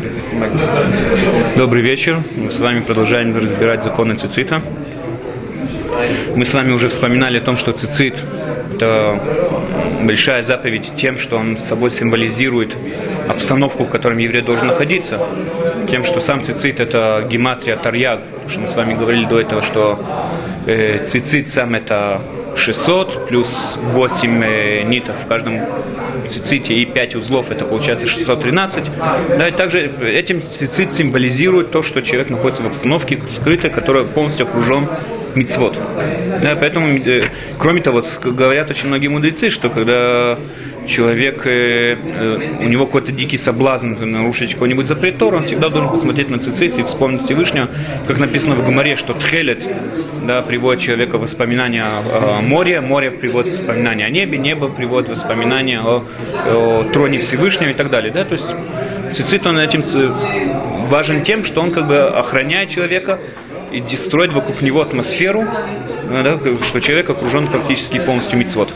Добрый вечер. Мы с вами продолжаем разбирать законы цицита. Мы с вами уже вспоминали о том, что цицит – это большая заповедь тем, что он собой символизирует обстановку, в которой еврей должен находиться. Тем, что сам цицит – это гематрия тарьяг. Потому что мы с вами говорили до этого, что цицит сам – это 600 плюс 8 нитов в каждом циците и 5 узлов, это получается 613. Да, и также этим цицит символизирует то, что человек находится в обстановке скрытой, которая полностью окружен мицвот. Да, поэтому, кроме того, говорят очень многие мудрецы, что когда человек, у него какой-то дикий соблазн нарушить какой-нибудь запрет Торы, он всегда должен посмотреть на цицит и вспомнить Всевышнего, как написано в Гемаре, что тхелет, да, приводит человека в воспоминания о море, море приводит воспоминания о небе, небо приводит воспоминания о троне Всевышнего и так далее. Да? То есть цицит, он этим важен тем, что он как бы охраняет человека и строит вокруг него атмосферу, да, что человек окружен практически полностью мицвот.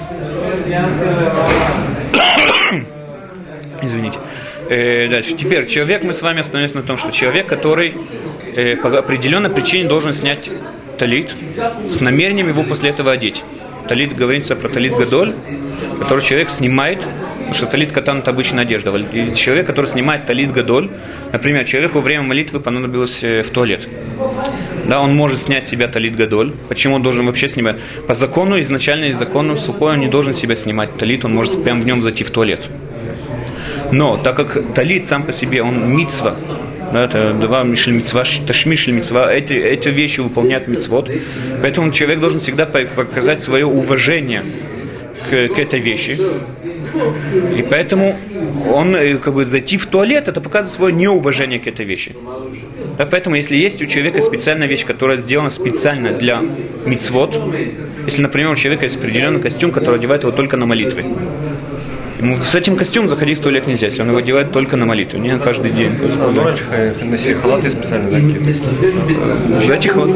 Извините. Дальше. Теперь человек, мы с вами остановились на том, что человек, который по определенной причине должен снять талит с намерением его после этого одеть. Талит, говорится про талит гадоль, который человек снимает, потому что талит катан это обычная одежда. И человек, который снимает талит гадоль, например, человеку во время молитвы понадобилось в туалет. Да, он может снять с себя талит гадоль. Почему он должен вообще снимать? По закону, изначально из закона сухой он не должен себя снимать талит, он может прямо в нем зайти в туалет. Но так как талит сам по себе, он мицва, да, это два мишель мицва, ташмишель мицва, эти вещи выполняют мицвот, поэтому человек должен всегда показать свое уважение к этой вещи. И поэтому он, как бы, зайти в туалет, это показывает свое неуважение к этой вещи. Да, поэтому, если есть у человека специальная вещь, которая сделана специально для мицвот, если, например, у человека есть определенный костюм, который одевает его только на молитвы, ему с этим костюмом заходить в туалет нельзя, если он его одевает только на молитву, не каждый день. Ну, раньше носили халаты специально такие. Знаете, халат?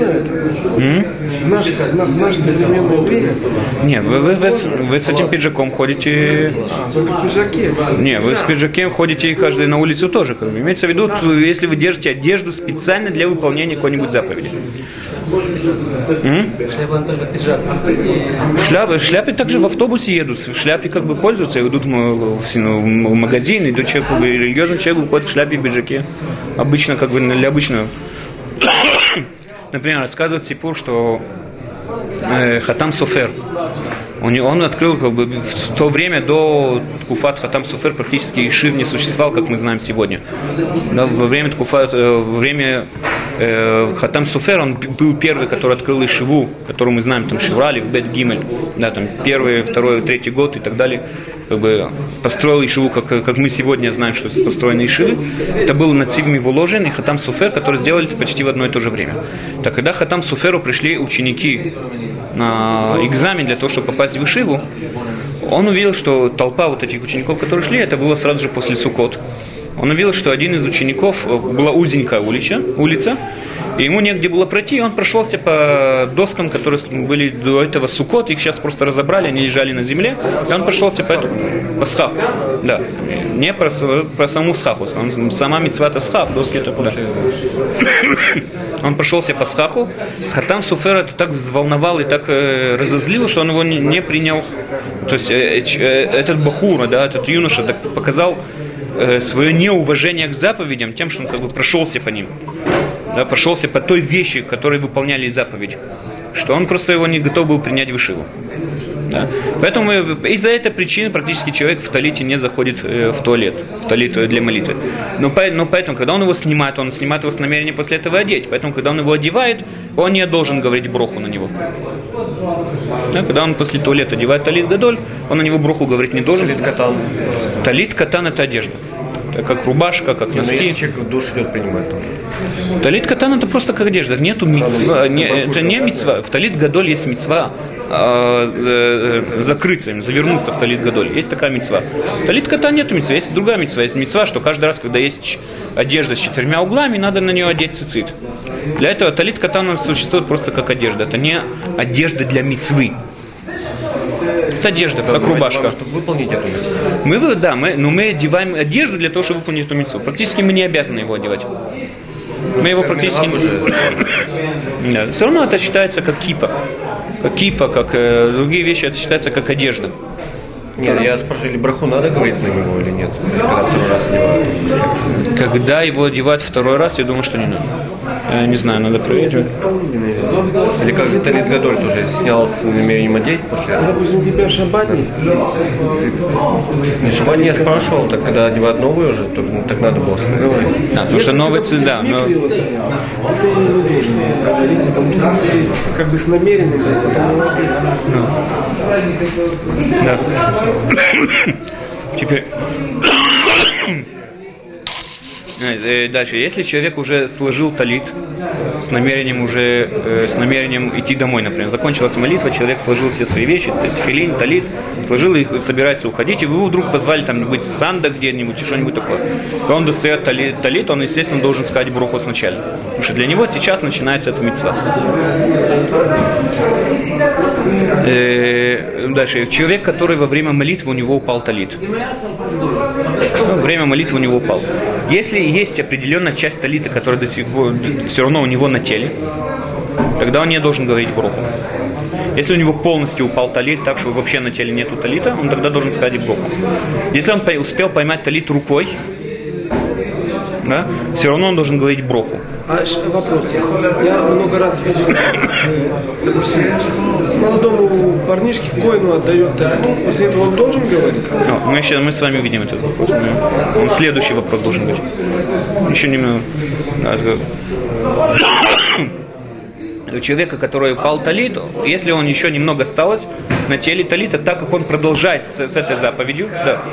В наше современное время? Не, вы с этим пиджаком ходите... Только в пиджаке? Не, вы с пиджаком ходите каждый на улицу тоже. Имеется в виду, если вы держите одежду специально для выполнения какой-нибудь заповеди. Шляпы также в автобусе едут. В шляпе как бы пользуются, идут в магазин, идут человек, религиозный человек уходит в шляпе и пиджаке. Обычно, как бы для обычного. Например, рассказывает Сипур, что Хатам Софер, он открыл, как бы, в то время до Ткуфат Хатам Софер практически Ишив не существовал, как мы знаем сегодня. Но во время Хатам Софер он был первый, который открыл Ишиву, которую мы знаем, там Шиврали, Бет Гимель, да, там первый, второй, третий год и так далее, как бы построил Ишиву, как мы сегодня знаем, что построены Ишивы. Это был Нацив Миволожен и Хатам Софер, которые сделали это почти в одно и то же время. Так когда Хатам Соферу пришли ученики на экзамен для того, чтобы попасть в Ишиву, он увидел, что толпа вот этих учеников, которые шли, это было сразу же после Суккот. Он увидел, что один из учеников, была узенькая улица, и ему негде было пройти, и он прошелся по доскам, которые были до этого Суккот, их сейчас просто разобрали, они лежали на земле, и он прошелся по схаху. Да, не про саму схаху, сама мицвата схах, доски это куда. Он прошелся по схаху, Хатам Софер это так взволновал и так разозлил, что он его не принял. То есть этот бахур, да, этот юноша так показал свое неуважение к заповедям тем, что он как бы прошелся по ним, да, прошелся по той вещи, которые выполняли заповедь, что он просто его не готов был принять в Ишиву. Да. Поэтому из-за этой причины практически человек в талите не заходит в туалет для молитвы. Но поэтому, когда он его снимает его с намерением после этого одеть. Поэтому, когда он его одевает, он не должен говорить броху на него. Да, когда он после туалета одевает талит гадоль, он на него броху говорить не должен. Талит катан это одежда. Как рубашка, как носки. Но если человек душ идет принимать, то... Талит катан это просто как одежда. Нету мицва. Это не мицва. В талит гадоль есть мицва закрыться, завернуться в талит гадоль. Есть такая мицва. Талит катан нету мицва. Есть другая мицва. Есть мицва, что каждый раз, когда есть одежда с 4 углами, надо на нее одеть цицит. Для этого талит катан существует просто как одежда. Это не одежда для мицвы. Это одежда, как рубашка. Чтобы выполнить эту митцву. Мы одеваем одежду для того, чтобы выполнить эту митцву. Практически мы не обязаны его одевать. Мы его практически не... Да. Все равно это считается как кипа. Как кипа, как другие вещи, это считается как одежда. Нет, я спрашиваю, или браху надо говорить на него или нет? Когда второй раз одевают? Когда его одевают второй раз, я думаю, что не надо. Я не знаю, надо проверить. Или как Талит Гадоль тоже снял с намерением одеть после этого? Допустим, у тебя шабатник. Не, шабатник я спрашивал, так когда одевают новый уже, то так надо было говорить. Потому что новый цвет, да. Ты не должен говорить, потому что ты как бы с намерением. Да. Теперь дальше. Если человек уже сложил талит с намерением идти домой, например, закончилась молитва, человек сложил все свои вещи, тфилин, талит, сложил их, собирается уходить, и вы вдруг позвали там быть санда где-нибудь и что-нибудь такое. Когда он достает талит, он, естественно, должен сказать броху сначала. Потому что для него сейчас начинается эта мицва. Дальше. Человек, который во время молитвы у него упал талит. Во время молитвы у него упал. Если есть определенная часть талита, которая до сих пор все равно у него на теле, тогда он не должен говорить броху. Если у него полностью упал талит, так что вообще на теле нету талита, он тогда должен сказать броху. Если он успел поймать талит рукой, да, все равно он должен говорить броху. А вопрос. Я много раз видел, допустим, молодому парнишке коину отдает талиту, после этого он должен говорить? Мы с вами увидим этот вопрос. Он следующий вопрос должен быть. Еще немного. У человека, который упал талит, если он еще немного осталось на теле талита, так как он продолжает с этой заповедью,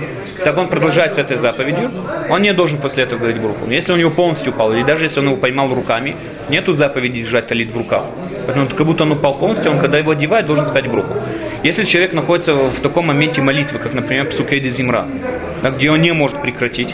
он не должен после этого говорить бруху. Если у него полностью упал, или даже если он его поймал руками, нету заповеди держать талит в руках. Поэтому как будто он упал полностью, он когда его одевает, должен сказать бруху. Если человек находится в таком моменте молитвы, как, например, Псукей де Зимра, где он не может прекратить,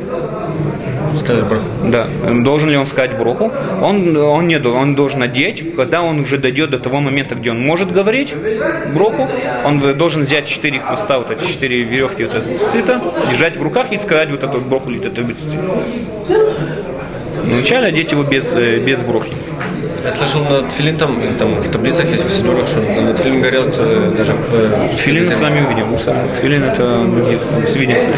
да, должен ли он сказать броху? Он должен одеть, когда он уже дойдет до того момента, где он может говорить броху, он должен взять 4 хвоста, вот эти 4 веревки вот этого цита, держать в руках и сказать вот эту броху или это бицит. Вначале одеть его без брохи. Я слышал, на тфилин там в таблицах есть в сидурах, что на тфилин горят даже в... Тфилин мы с вами увидим. Тфилин это свидетель.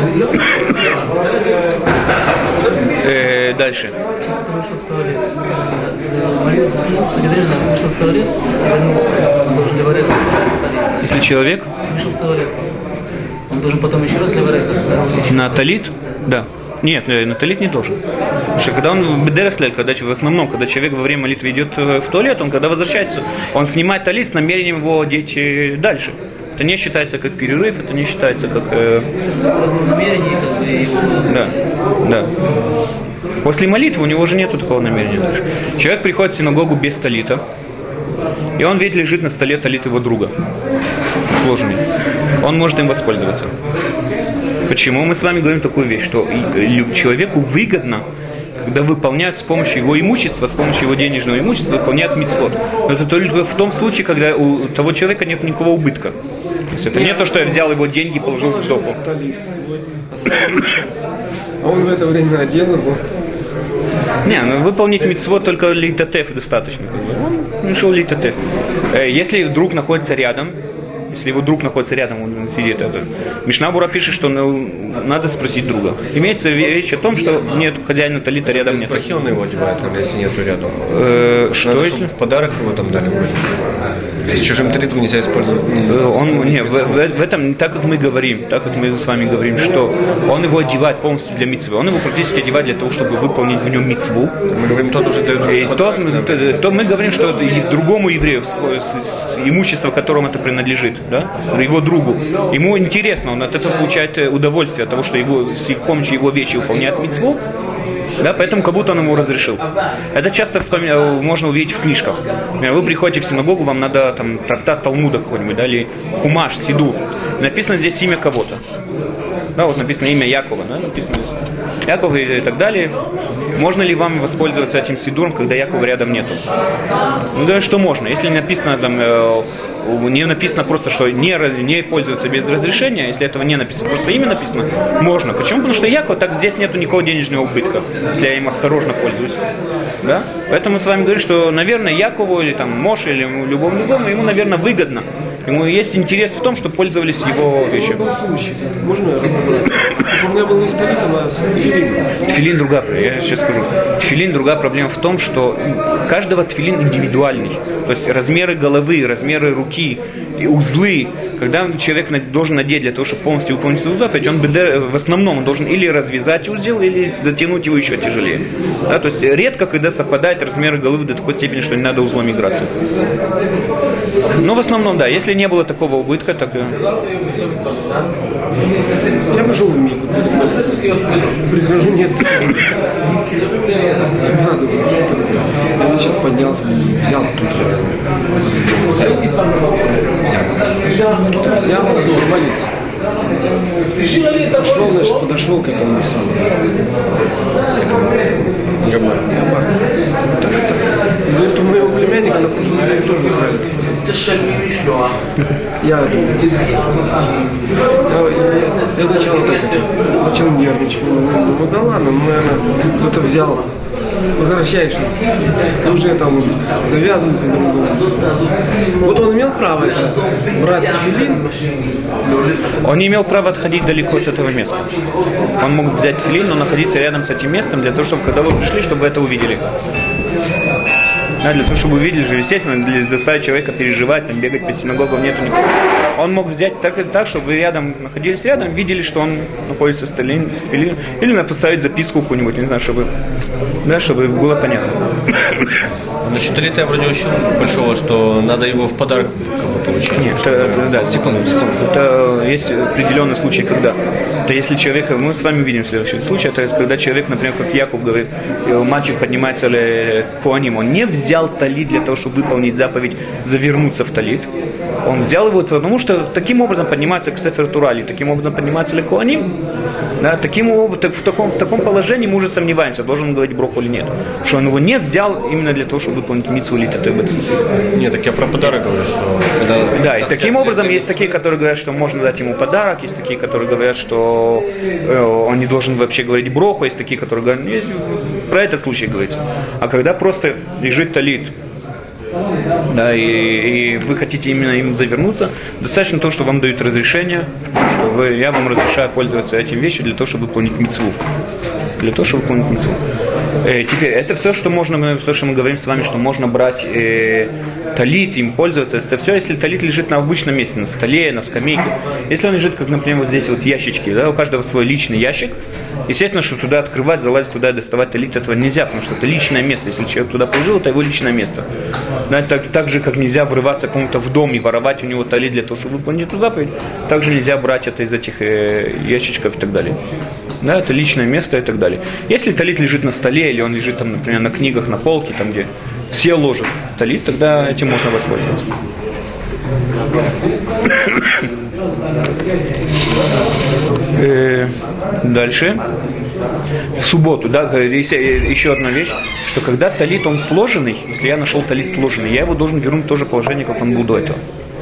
Дальше. Вышел в туалет. Молился вышел в туалет и вернулся. Он должен ливарет. Если человек вышел в туалет, он должен потом еще раз ливарет. На талит? Да. Нет, на талит не должен. Потому что когда он бедерахляль, в основном, когда человек во время молитвы идет в туалет, он когда возвращается, он снимает талит с намерением его одеть дальше. Это не считается как перерыв, это не считается как... Да. После молитвы у него уже нет такого намерения. Человек приходит в синагогу без талита, и он видит, лежит на столе талит его друга, сложенный. Он может им воспользоваться. Почему? Мы с вами говорим такую вещь, что человеку выгодно, когда выполняют с помощью его имущества, с помощью его денежного имущества, выполняют мицвот. Но это только в том случае, когда у того человека нет никакого убытка. То есть это не то, что я взял его деньги и положил в доку. А он в это время одел его. Не, выполнить мицвот только лейтатеф достаточно. Он решил лейтатеф. Если друг находится рядом, он сидит. Мишна Бура пишет, что надо спросить друга. Имеется речь о том, что нет хозяина талита рядом нет. Плохие он его одевает, если нету рядом. Что надо, если? В подарок его там дали вроде. С чужим талитом нельзя использовать. В этом, так как мы с вами говорим, что он его одевает полностью для мицвы. Он его практически одевает для того, чтобы выполнить в нем мицву. Мы говорим, тот уже дает. То мы говорим, что другому еврею, имущество которому это принадлежит, да, его другу, ему интересно, он от этого получает удовольствие от того, что с помощью его вещи выполняет мицву, да, поэтому как будто он ему разрешил. Это часто можно увидеть в книжках. Вы приходите в синагогу, вам надо там трактат Талмуда какой-нибудь, да, или хумаш, сиду. Написано здесь имя кого-то. Да, вот написано имя Якова, да, написано Яков и так далее. Можно ли вам воспользоваться этим сидуром, когда Якова рядом нету? Ну да, что можно. Если написано там не написано просто, что не пользоваться без разрешения, если этого не написано, просто имя написано, можно. Почему? Потому что Яков, так здесь нету никакого денежного убытка, если я им осторожно пользуюсь. Да? Поэтому мы с вами говорим, что, наверное, Якову или там Моше или любому другому, ему, наверное, выгодно. Ему есть интерес в том, что пользовались его вещами. Можно я разобраться? У меня был не столитом, а тфилин. Тфилин другая проблема, я сейчас скажу. Тфилин другая проблема в том, что каждого тфилин индивидуальный. То есть размеры головы, размеры руки, и узлы. Когда человек должен надеть для того, чтобы полностью выполнить свою заповедь, он в основном должен или развязать узел, или затянуть его еще тяжелее. Да, то есть редко, когда совпадают размеры головы до такой степени, что не надо узлом играться. Но в основном, да, если не было такого убытка, так... Я пошел в миг. Прихожу, нет. Надо было что-то. Я сейчас поднялся, взял тут же. Взял, молиться. Пошел, значит, подошел к этому самому. Габар. Говорит, у моего племянника на прошлом дне тоже украли. Я сначала начал нервничать. Ну да ладно, наверное, кто-то взял. Возвращаешься, уже там завязан. Вот он имел право это брать тфилин. Он не имел права отходить далеко от этого места. Он мог взять тфилин, но находиться рядом с этим местом, для того, чтобы когда вы пришли, чтобы вы это увидели. Да, для того, чтобы увидели же, естественно, для заставить человека переживать, там, бегать по синагогам, нету никакого. Он мог взять так, чтобы вы рядом находились рядом, видели, что он находится с тфилин, или поставить записку какую-нибудь, не знаю, чтобы было понятно. Насчет талита я вроде очень большого, что надо его в подарок получить. Нет, да, секунду. Это есть определенный случай, когда. Это если человек, мы с вами видим следующий случай, это когда человек, например, как Яков говорит, мальчик поднимается к Коаним, он не взял талит для того, чтобы выполнить заповедь завернуться в талит. Он взял его, потому что таким образом поднимается к Сефер Турали, таким образом поднимается ли Коаним. Да, в таком положении мы уже сомневаемся, должен он говорить броху или нет. Что он его не взял именно для того, чтобы выполнить мицву лит это. Нет, так я про подарок говорю, что... Да, и таким образом есть такие, которые говорят, что можно дать ему подарок, есть такие, которые говорят, что он не должен вообще говорить броху, есть такие, которые говорят, нет, про этот случай говорится. А когда просто лежит талит, да, и вы хотите именно им завернуться, достаточно того, что вам дают разрешение, что я вам разрешаю пользоваться этим вещью для того, чтобы выполнить мицву. Для того, чтобы выполнить мицву. Теперь, это все, что можно, все, что мы говорим с вами, что можно брать талит, им пользоваться. Это все, если талит лежит на обычном месте, на столе, на скамейке. Если он лежит, как, например, вот здесь вот ящички, да, у каждого свой личный ящик, естественно, что туда открывать, залазить туда, доставать талит, этого нельзя, потому что это личное место. Если человек туда положил, это его личное место. Да, так же, как нельзя врываться кому-то в дом и воровать у него талит для того, чтобы выполнить эту заповедь, также нельзя брать это из этих ящичков и так далее. Да, это личное место и так далее. Если талит лежит на столе, или он лежит, там, например, на книгах, на полке, там, где все ложат талит, тогда этим можно воспользоваться. Дальше. В субботу, да, есть еще одна вещь, что когда талит он сложенный, если я нашел талит сложенный, я его должен вернуть в то же положение, как он был до этого.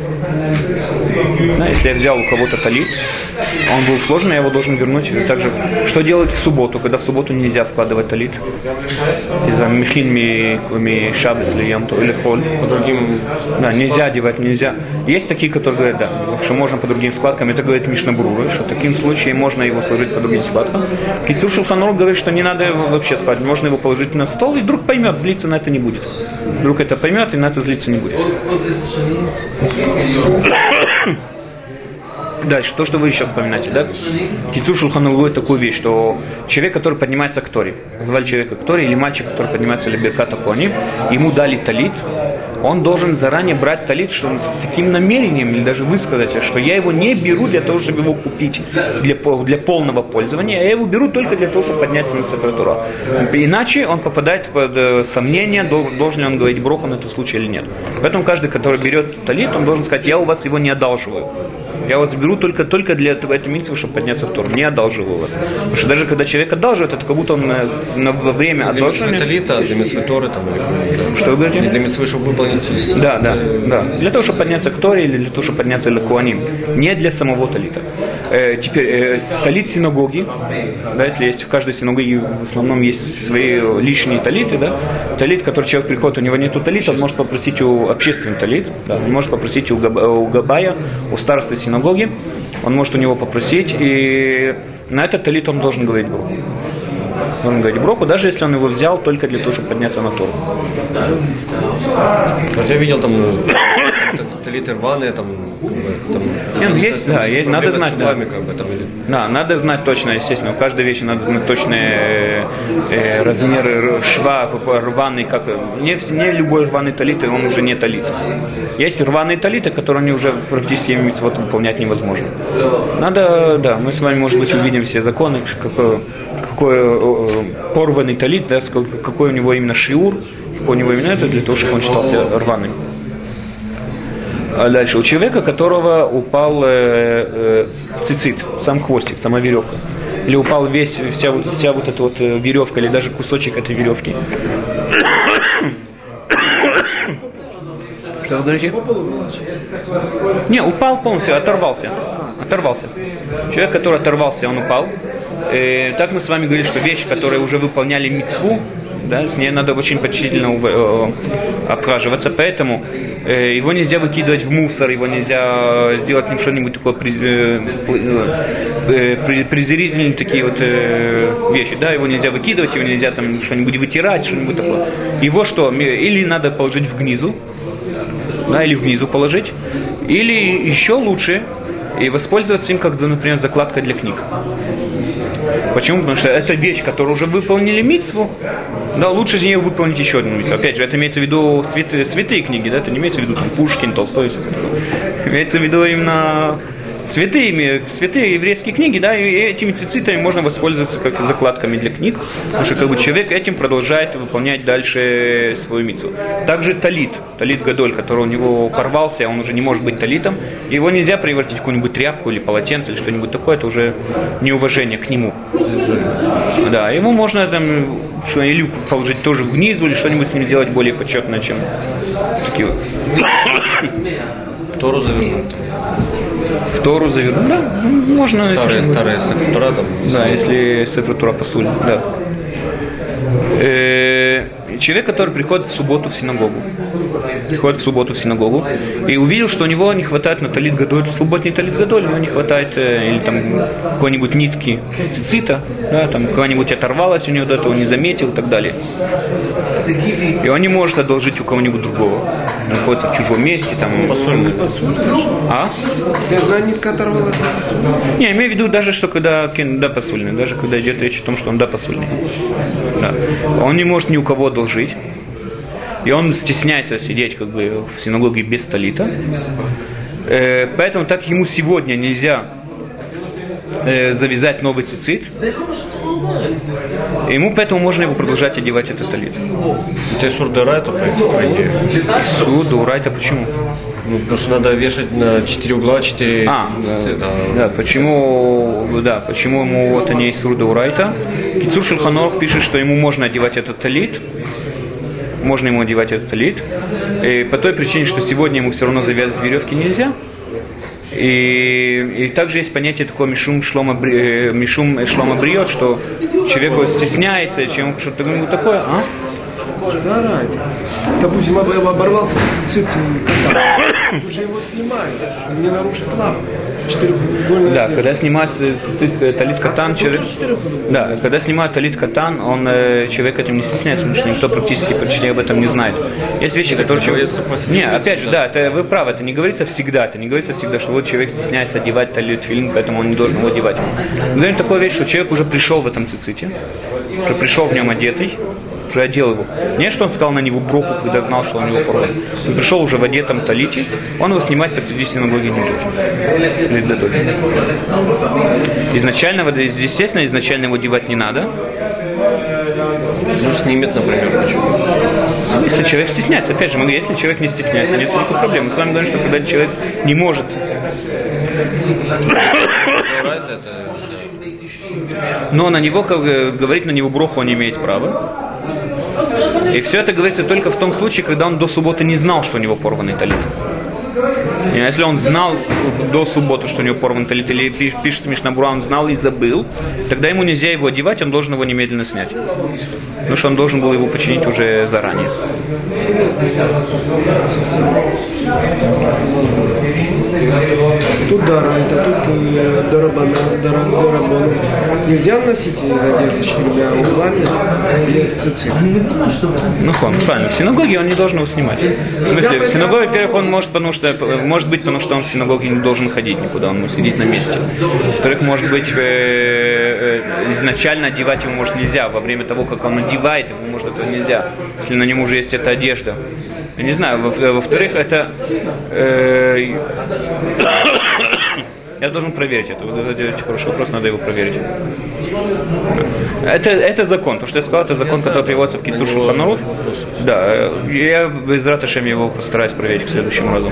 Да, если я взял у кого-то талит, он был сложный, я его должен вернуть. Также, что делать в субботу, когда в субботу нельзя складывать талит? Из-за михин ми шабес или ямту или холь. По другим... Да, нельзя одевать, нельзя. Есть такие, которые говорят, да, что можно по другим складкам. Это говорит Мишна Брура, что в таком случае можно его сложить по другим складкам. Кицур Шулхан Арух говорит, что не надо его вообще складывать. Можно его положить на стол, и вдруг поймет, злиться на это не будет. Вдруг это поймет, и на это злиться не будет. Дальше, то, что вы сейчас вспоминаете, да? Кицур Шулхан Арух говорит такую вещь, что человек, который поднимается к Торе, звали человека к Торе, или мальчик, который поднимается к Беркат Коаним, ему дали талит, он должен заранее брать талит, что он с таким намерением, или даже высказать, что я его не беру для того, чтобы его купить для полного пользования, а я его беру только для того, чтобы подняться на Сефер Тора. Иначе он попадает под сомнение, должен ли он говорить броху на этот случай или нет. Поэтому каждый, который берет талит, он должен сказать, я у вас его не одалживаю. Я вас беру только для этого митцвы, чтобы подняться в Тору. Не одалживаю вас. Потому что даже когда человек одалживает, это как будто он во время одалживания... Для митцвы талита, для митцвы Торы там... Что вы говорите? Для митцвы, чтобы выполнить... Да. Для того, чтобы подняться к Торе или для того, чтобы подняться к Куаним. Не для самого талита. Теперь, талит синагоги, да, если есть в каждой синагоге в основном есть свои лишние талиты, да, талит, который человек приходит, у него нету талита, он может попросить у общественный талит, да, он может попросить у габая, у старосты синагоги, он может у него попросить, и на этот талит он должен говорить броху. Должен говорить броху, даже если он его взял только для того, чтобы подняться на Тору. Вот я видел там талиты рваные, там есть, да, есть, надо знать, да. Да, надо знать точно, естественно, у каждой вещи надо знать точные размеры шва, рваный, как не любой рваный талит, он уже не талит. Есть рваные талиты, которые они уже практически мицвот выполнять невозможно. Надо, да, мы с вами, может быть, увидим все законы, какой порванный талит, да, какой у него именно шиур, какой у него именно это, для того, чтобы он считался рваным. А дальше, у человека, у которого упал цицит, сам хвостик, сама веревка, или упал вся вот эта вот веревка, или даже кусочек этой веревки. Что вы говорите? Не, упал полностью, оторвался. Человек, который оторвался, он упал. Так мы с вами говорили, что вещи, которые уже выполняли мицву, да, с ней надо очень почтительно обхаживаться, поэтому его нельзя выкидывать в мусор, его нельзя сделать им что-нибудь такое презрительные такие вот вещи, да, его нельзя выкидывать, его нельзя там что-нибудь вытирать, что-нибудь такое. Его что, или надо положить в гнизу, да, или внизу положить, или еще лучше и воспользоваться им как, например, закладка для книг. Почему? Потому что это вещь, которую уже выполнили мицву, да, лучше из нее выполнить еще одну мицву. Опять же, это имеется в виду святые книги, да, это не имеется в виду там, Пушкин, Толстой, все такое. Имеется в виду именно святые еврейские книги, да, и этими цицитами можно воспользоваться как закладками для книг, потому что как бы человек этим продолжает выполнять дальше свою мицву. Также талит гадоль, который у него порвался, он уже не может быть талитом, его нельзя превратить в какую-нибудь тряпку или полотенце или что-нибудь такое, это уже неуважение к нему. Да, ему можно там или положить тоже внизу, или что-нибудь с ним сделать более почетное, чем такие вот. Тору завернуть. В Тору завернуть, да, можно. Старые Сефер Тора там. Да, если Сефер Тора пасуль, да. Человек, который приходит в субботу в синагогу, и увидел, что у него не хватает на талит гадоль, субботний талит гадоль, у него не хватает или там какой-нибудь нитки цицита, да, там какая-нибудь оторвалась у него, до этого не заметил и так далее. И он не может одолжить у кого-нибудь другого. Он находится в чужом месте, там. А? Одна нитка оторвалась, не посульная? Не, имею в виду даже, что когда посульный, даже когда идет речь о том, что он посульный. Да. Он не может ни у кого одолжить. И он стесняется сидеть как бы в синагоге без талита. Поэтому так ему сегодня нельзя завязать новый цицит. Ему поэтому можно его продолжать одевать этот талит. Это Исур д'Орайта, по идее. Исур д'Орайта, почему? Ну, потому что надо вешать на 4 угла 4 цицит. Да, почему ему вот не Исур д'Орайта? Кицур Шулхан Арух пишет, что ему можно одевать этот талит. Можно ему одевать этот талит. И по той причине, что сегодня ему все равно завязывать веревки нельзя. И также есть понятие такое мишум шлома бриот, что человек стесняется, чем что-то такое, а? Да, right. Допустим, оборвался цицит кота. Тут же его снимают, не нарушит лав. Да, когда снимают талит катан, когда снимают талит катан, человек этим не стесняется, потому что никто практически почти об этом не знает. Есть вещи, которые человек... Не, опять же, да, вы правы, это не говорится всегда, что вот человек стесняется одевать талит филин, поэтому он не должен его одевать. Мы говорим такую вещь, что человек уже пришел в этом циците, уже пришел в нем одетый, уже одел его. Не, что он сказал на него броху, когда знал, что он его порвал. Он пришел уже в одетом талите, он его снимать посреди синагоги не должен. Изначально его одевать не надо. Ну, снимет, например, почему? Если человек стесняется, опять же, если человек не стесняется, нет никакой проблемы. Мы с вами говорим, что когда человек не может Но на него, как говорить на него броху, он не имеет права. И все это говорится только в том случае, когда он до субботы не знал, что у него порванный талит. И если он знал до субботы, что у него порванный талит, или пишет Мишна Брура, он знал и забыл, тогда ему нельзя его одевать, он должен его немедленно снять. Потому что он должен был его починить уже заранее. Тут дарайта, тут дарабон. Нельзя носить одежду с четырьмя углами без цицит. Ну, правильно. В синагоге он не должен его снимать. В смысле, в синагоге, во-первых, он может, потому что он в синагоге не должен ходить никуда, он может сидеть на месте. Во-вторых, может быть, изначально одевать его, может, нельзя. Во время того, как он одевает, ему, может, этого нельзя. Если на нем уже есть эта одежда. Я не знаю. Во-вторых, это... Я должен проверить это. Вы задаете хороший вопрос, надо его проверить. Это закон. То, что я сказал, это закон, который приводится в Кицур Шулхан Арух. Да, я без Раташем его постараюсь проверить к следующему разу.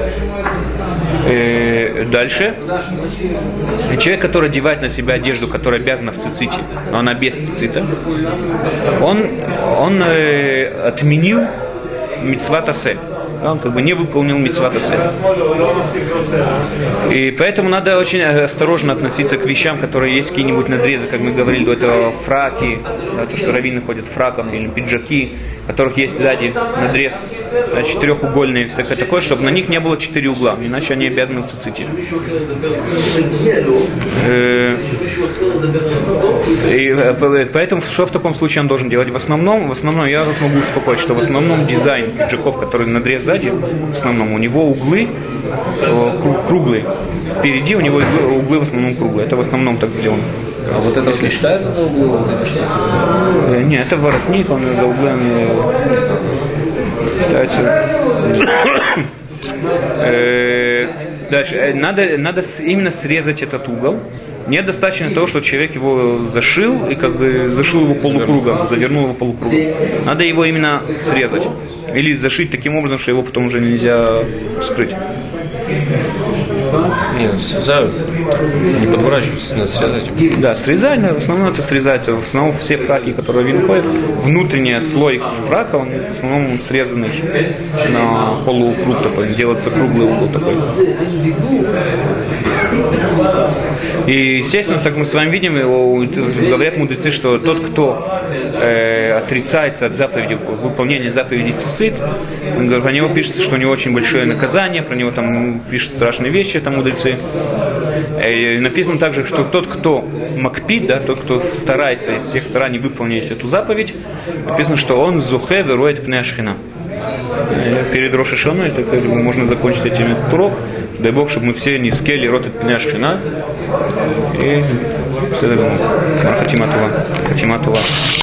Дальше. Человек, который одевает на себя одежду, которая обязана в циците, но она без цицита, он отменил мицват асе. Он как бы не выполнил мицват асе. И поэтому надо очень осторожно относиться к вещам, которые есть какие-нибудь надрезы, как мы говорили до этого, фраки, да, то, что раввины ходят в фраках, или пиджаки, у которых есть сзади надрез, четырехугольные, всякое такое, чтобы на них не было 4 угла, иначе они обязаны в циците. И поэтому что в таком случае он должен делать? В основном я вас могу успокоить, что в основном дизайн пиджаков, который надрез сзади, в основном у него углы круглые. Впереди у него углы в основном круглые. Это в основном так сделано. А вот это не считается за углы? Вот это нет, это воротник, он за углами считается. Дальше. Надо именно срезать этот угол. Недостаточно того, что человек его зашил и как бы зашил его полукругом, завернул его полукругом. Надо его именно срезать. Или зашить таким образом, что его потом уже нельзя скрыть. Нет, срезают. Не подворачиваются, надо срезать. Да, срезать, в основном это срезается. В основном все фраки, которые винходят, внутренний слой фрака, он в основном срезанный на полукруг такой, делается круглый угол такой. И, естественно, так мы с вами видим, говорят мудрецы, что тот, кто отрицается от заповеди, выполнения заповеди цицит, про него пишется, что у него очень большое наказание, про него там пишут страшные вещи, там мудрецы. И написано также, что тот, кто макпид, да, тот, кто старается из всех стараний выполнить эту заповедь, написано, что он зухе верует пней ашхина. Перед Рош ха-Шана, это можно закончить этим урок. Дай Бог, чтобы мы все не скели рот от пней ашхина. И все это Хатима Това.